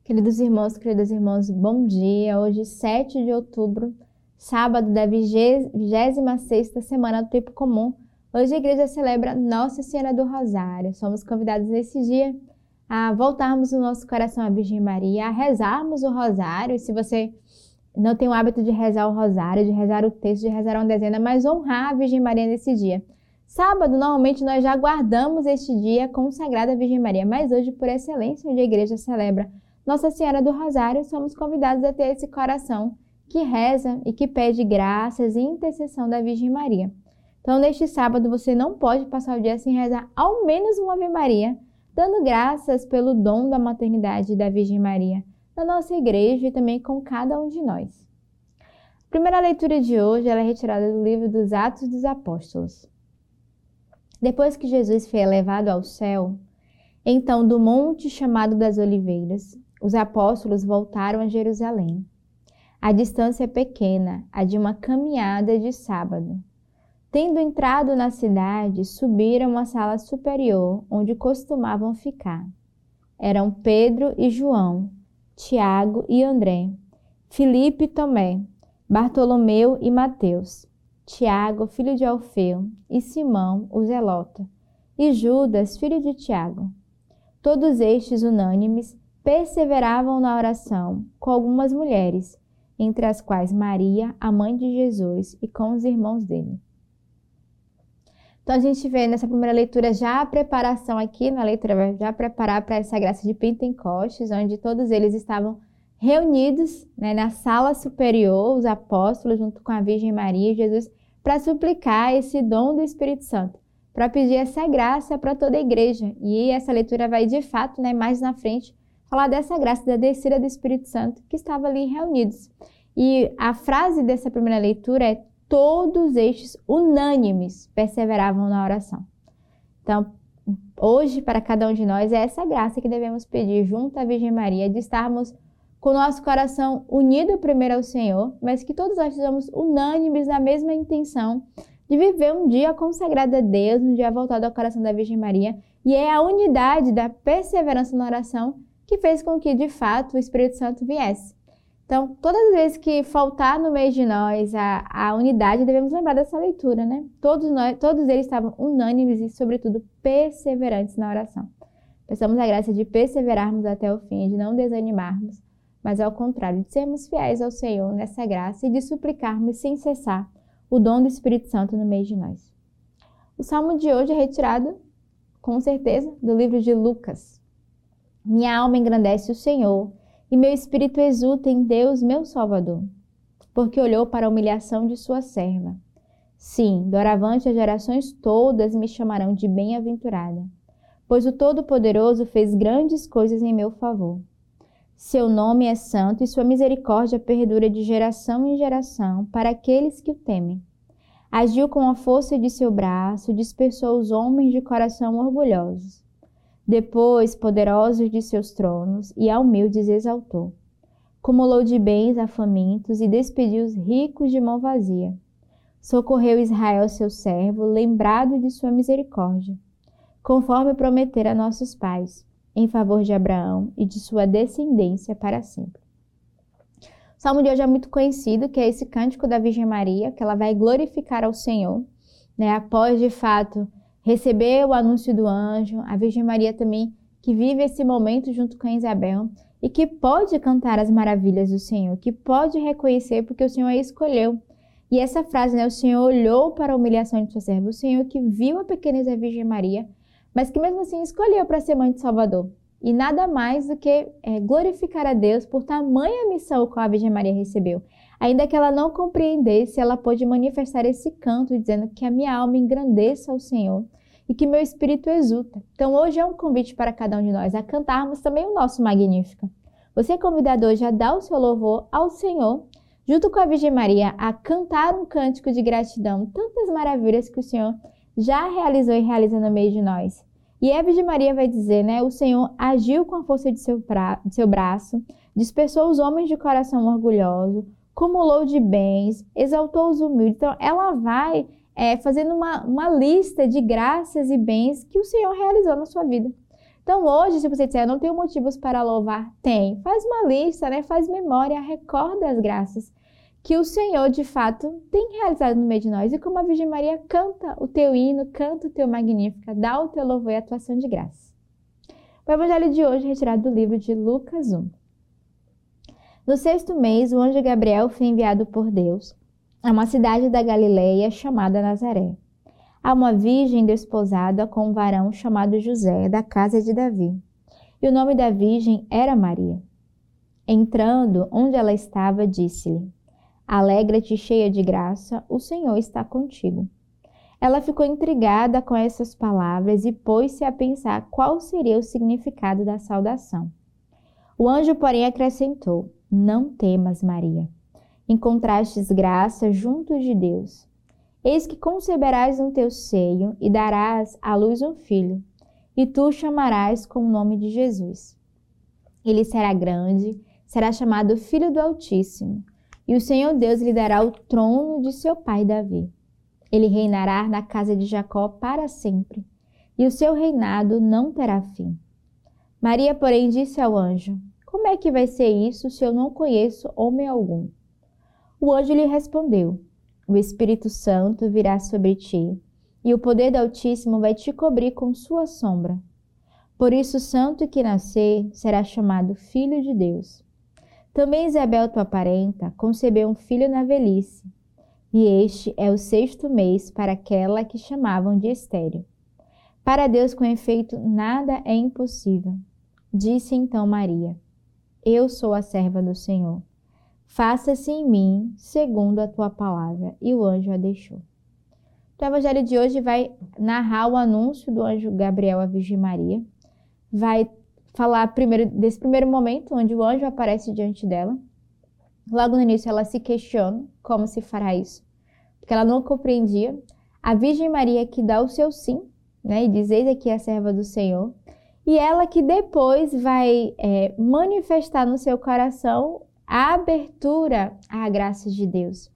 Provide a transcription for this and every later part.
Queridos irmãos, queridas irmãs, bom dia. Hoje, 7 de outubro, sábado da 26ª semana do Tempo Comum. Hoje a igreja celebra Nossa Senhora do Rosário. Somos convidados nesse dia a voltarmos o nosso coração à Virgem Maria, a rezarmos o rosário. E se você não tem o hábito de rezar o rosário, de rezar o texto, de rezar uma dezena, mas honrar a Virgem Maria nesse dia. Sábado, normalmente, nós já guardamos este dia consagrado à Virgem Maria, mas hoje, por excelência, onde a igreja celebra Nossa Senhora do Rosário, somos convidados a ter esse coração que reza e que pede graças e intercessão da Virgem Maria. Então, neste sábado, você não pode passar o dia sem rezar ao menos uma Ave Maria, dando graças pelo dom da maternidade da Virgem Maria na nossa igreja e também com cada um de nós. A primeira leitura de hoje ela é retirada do livro dos Atos dos Apóstolos. Depois que Jesus foi elevado ao céu, então do monte chamado das Oliveiras, os apóstolos voltaram a Jerusalém. A distância é pequena, a de uma caminhada de sábado. Tendo entrado na cidade, subiram à sala superior, onde costumavam ficar. Eram Pedro e João, Tiago e André, Filipe e Tomé, Bartolomeu e Mateus, Tiago, filho de Alfeu, e Simão, o Zelota, e Judas, filho de Tiago. Todos estes, unânimes, perseveravam na oração com algumas mulheres, entre as quais Maria, a mãe de Jesus, e com os irmãos dele. Então a gente vê nessa primeira leitura já a preparação aqui, na leitura vai já preparar para essa graça de Pentecostes, onde todos eles estavam reunidos, na sala superior, os apóstolos junto com a Virgem Maria e Jesus, para suplicar esse dom do Espírito Santo, para pedir essa graça para toda a igreja. E essa leitura vai de fato, mais na frente, falar dessa graça da descida do Espírito Santo que estava ali reunidos. E a frase dessa primeira leitura é: todos estes unânimes perseveravam na oração. Então, hoje, para cada um de nós, é essa graça que devemos pedir junto à Virgem Maria, de estarmos com o nosso coração unido primeiro ao Senhor, mas que todos nós sejamos unânimes na mesma intenção de viver um dia consagrado a Deus, um dia voltado ao coração da Virgem Maria. E é a unidade da perseverança na oração que fez com que, de fato, o Espírito Santo viesse. Então, todas as vezes que faltar no meio de nós a unidade, devemos lembrar dessa leitura, Todos eles estavam unânimes e, sobretudo, perseverantes na oração. Peçamos a graça de perseverarmos até o fim, de não desanimarmos, mas, ao contrário, de sermos fiéis ao Senhor nessa graça e de suplicarmos sem cessar o dom do Espírito Santo no meio de nós. O salmo de hoje é retirado, com certeza, do livro de Lucas. Minha alma engrandece o Senhor, e meu espírito exulta em Deus, meu Salvador, porque olhou para a humilhação de sua serva. Sim, doravante as gerações todas me chamarão de bem-aventurada, pois o Todo-Poderoso fez grandes coisas em meu favor. Seu nome é santo e sua misericórdia perdura de geração em geração para aqueles que o temem. Agiu com a força de seu braço, dispersou os homens de coração orgulhosos. Depois, poderosos de seus tronos, e a humildes exaltou. Cumulou de bens a famintos e despediu os ricos de mão vazia. Socorreu Israel, seu servo, lembrado de sua misericórdia, conforme prometera a nossos pais, em favor de Abraão e de sua descendência para sempre. O salmo de hoje é muito conhecido, que é esse cântico da Virgem Maria, que ela vai glorificar ao Senhor, após, de fato, receber o anúncio do anjo, a Virgem Maria também, que vive esse momento junto com a Isabel e que pode cantar as maravilhas do Senhor, que pode reconhecer porque o Senhor a escolheu. E essa frase, o Senhor olhou para a humilhação de sua serva, o Senhor que viu a pequenez Virgem Maria, mas que mesmo assim escolheu para ser mãe de Salvador. E nada mais do que glorificar a Deus por tamanha missão que a Virgem Maria recebeu. Ainda que ela não compreendesse, ela pôde manifestar esse canto, dizendo que a minha alma engrandeça ao Senhor e que meu espírito exulta. Então hoje é um convite para cada um de nós a cantarmos também o nosso Magnífica. Você é convidado hoje a dar o seu louvor ao Senhor, junto com a Virgem Maria, a cantar um cântico de gratidão, tantas maravilhas que o Senhor já realizou e realiza no meio de nós. E a Virgem Maria vai dizer, o Senhor agiu com a força de seu braço, dispersou os homens de coração orgulhoso, cumulou de bens, exaltou os humildes. Então, ela vai fazendo uma lista de graças e bens que o Senhor realizou na sua vida. Então hoje, se você disser, eu não tenho motivos para louvar, tem. Faz uma lista, né? Faz memória, recorda as graças que o Senhor, de fato, tem realizado no meio de nós. E como a Virgem Maria, canta o teu hino, canta o teu Magnífica, dá o teu louvor e atuação de graça. O evangelho de hoje é retirado do livro de Lucas 1. No 6º mês, o anjo Gabriel foi enviado por Deus a uma cidade da Galileia chamada Nazaré, a uma virgem desposada com um varão chamado José, da casa de Davi. E o nome da virgem era Maria. Entrando onde ela estava, disse-lhe: Alegra-te, cheia de graça, o Senhor está contigo. Ela ficou intrigada com essas palavras e pôs-se a pensar qual seria o significado da saudação. O anjo, porém, acrescentou: Não temas, Maria. Encontrastes graça junto de Deus. Eis que conceberás no teu seio e darás à luz um filho, e tu o chamarás com o nome de Jesus. Ele será grande, será chamado Filho do Altíssimo, e o Senhor Deus lhe dará o trono de seu pai Davi. Ele reinará na casa de Jacó para sempre, e o seu reinado não terá fim. Maria, porém, disse ao anjo: Como é que vai ser isso se eu não conheço homem algum? O anjo lhe respondeu: O Espírito Santo virá sobre ti, e o poder do Altíssimo vai te cobrir com sua sombra. Por isso o santo que nascer será chamado Filho de Deus. Também Isabel, tua parenta, concebeu um filho na velhice, e este é o 6º mês para aquela que chamavam de estéril. Para Deus, com efeito, nada é impossível. Disse então Maria: Eu sou a serva do Senhor. Faça-se em mim segundo a tua palavra. E o anjo a deixou. Então, o evangelho de hoje vai narrar o anúncio do anjo Gabriel à Virgem Maria. Vai falar desse primeiro momento onde o anjo aparece diante dela. Logo no início ela se questiona como se fará isso, porque ela não compreendia. A Virgem Maria que dá o seu sim, né, e diz: Eis aqui a serva do Senhor. E ela que depois vai manifestar no seu coração a abertura à graça de Deus.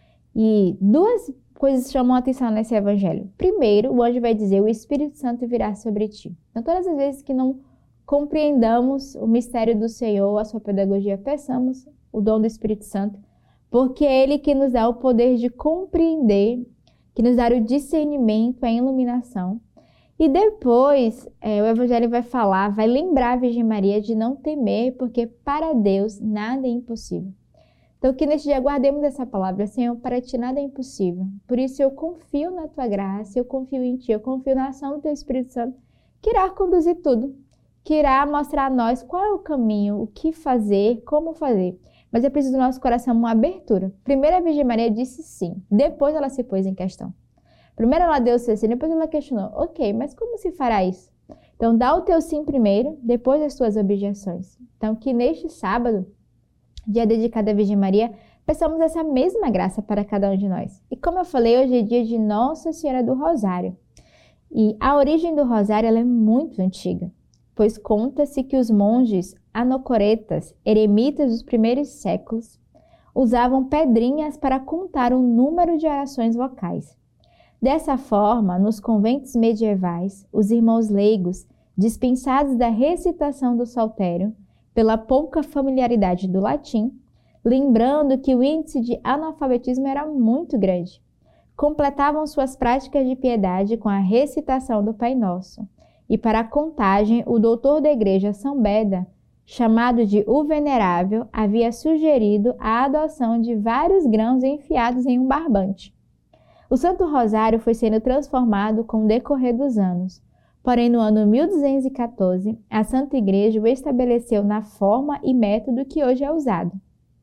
E duas coisas chamam a atenção nesse evangelho. Primeiro, o anjo vai dizer: o Espírito Santo virá sobre ti. Então, todas as vezes que não compreendamos o mistério do Senhor, a sua pedagogia, peçamos o dom do Espírito Santo, porque é Ele que nos dá o poder de compreender, que nos dá o discernimento, a iluminação. E depois, o Evangelho vai lembrar a Virgem Maria de não temer, porque para Deus nada é impossível. Então, que neste dia guardemos essa palavra: Senhor, para ti nada é impossível. Por isso eu confio na tua graça, eu confio em ti, eu confio na ação do teu Espírito Santo, que irá conduzir tudo, que irá mostrar a nós qual é o caminho, o que fazer, como fazer. Mas é preciso do nosso coração uma abertura. Primeiro a Virgem Maria disse sim, depois ela se pôs em questão. Primeiro ela deu o seu sim, depois ela questionou: ok, mas como se fará isso? Então dá o teu sim primeiro, depois as tuas objeções. Então que neste sábado, dia dedicado à Virgem Maria, peçamos essa mesma graça para cada um de nós. E como eu falei, hoje é dia de Nossa Senhora do Rosário. E a origem do rosário ela é muito antiga, pois conta-se que os monges anacoretas, eremitas dos primeiros séculos, usavam pedrinhas para contar o número de orações vocais. Dessa forma, nos conventos medievais, os irmãos leigos, dispensados da recitação do saltério, pela pouca familiaridade do latim, lembrando que o índice de analfabetismo era muito grande, completavam suas práticas de piedade com a recitação do Pai Nosso. E para a contagem, o doutor da igreja São Beda, chamado de o Venerável, havia sugerido a adoção de vários grãos enfiados em um barbante. O Santo Rosário foi sendo transformado com o decorrer dos anos. Porém, no ano 1214, a Santa Igreja o estabeleceu na forma e método que hoje é usado.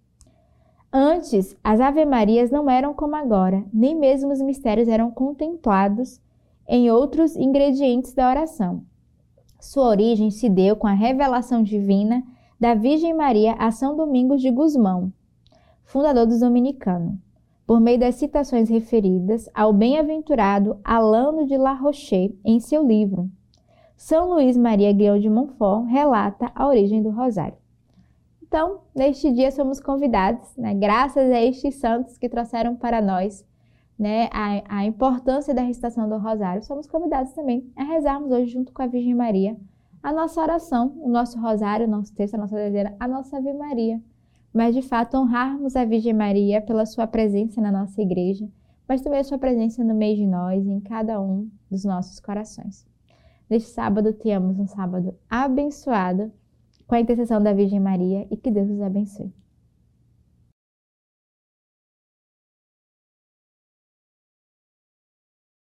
Antes, as Ave-Marias não eram como agora, nem mesmo os mistérios eram contemplados em outros ingredientes da oração. Sua origem se deu com a revelação divina da Virgem Maria a São Domingos de Gusmão, fundador dos dominicanos, por meio das citações referidas ao bem-aventurado Alano de La Roche em seu livro. São Luís Maria Guião de Montfort relata a origem do rosário. Então, neste dia somos convidados, né, graças a estes santos que trouxeram para nós, né, a importância da recitação do rosário, somos convidados também a rezarmos hoje junto com a Virgem Maria a nossa oração, o nosso rosário, o nosso texto, a nossa dezena, a nossa Ave Maria. Mas, de fato, honrarmos a Virgem Maria pela sua presença na nossa igreja, mas também a sua presença no meio de nós, em cada um dos nossos corações. Neste sábado, tenhamos um sábado abençoado, com a intercessão da Virgem Maria, e que Deus os abençoe.